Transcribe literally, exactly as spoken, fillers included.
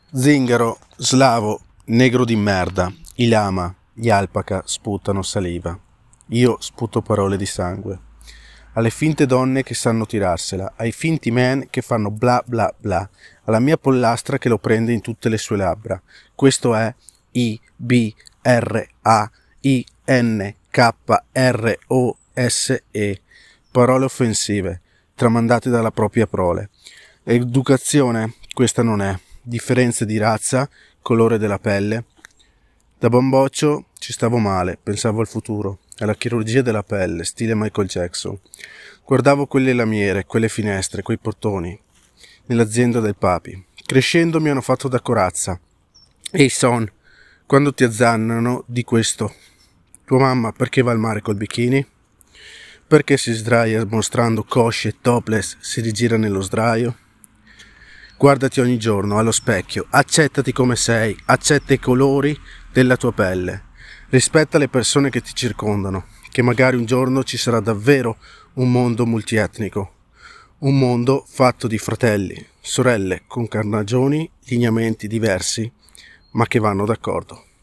Zingaro, slavo, negro di merda, i lama, gli alpaca sputano saliva. Io sputo parole di sangue. Alle finte donne che sanno tirarsela, ai finti men che fanno bla bla bla, alla mia pollastra che lo prende in tutte le sue labbra. Questo è I B R A I N K R O S E. Parole offensive, tramandate dalla propria prole. Educazione questa non è. Differenze di razza, colore della pelle. Da bamboccio ci stavo male, pensavo al futuro, alla chirurgia della pelle, stile Michael Jackson. Guardavo quelle lamiere, quelle finestre, quei portoni, nell'azienda del papi. Crescendo mi hanno fatto da corazza. Ehi son, quando ti azzannano di questo? Tua mamma perché va al mare col bikini? Perché si sdraia mostrando cosce e topless, si rigira nello sdraio? Guardati ogni giorno allo specchio, accettati come sei, accetta i colori della tua pelle. Rispetta le persone che ti circondano, che magari un giorno ci sarà davvero un mondo multietnico. Un mondo fatto di fratelli, sorelle con carnagioni, lineamenti diversi, ma che vanno d'accordo.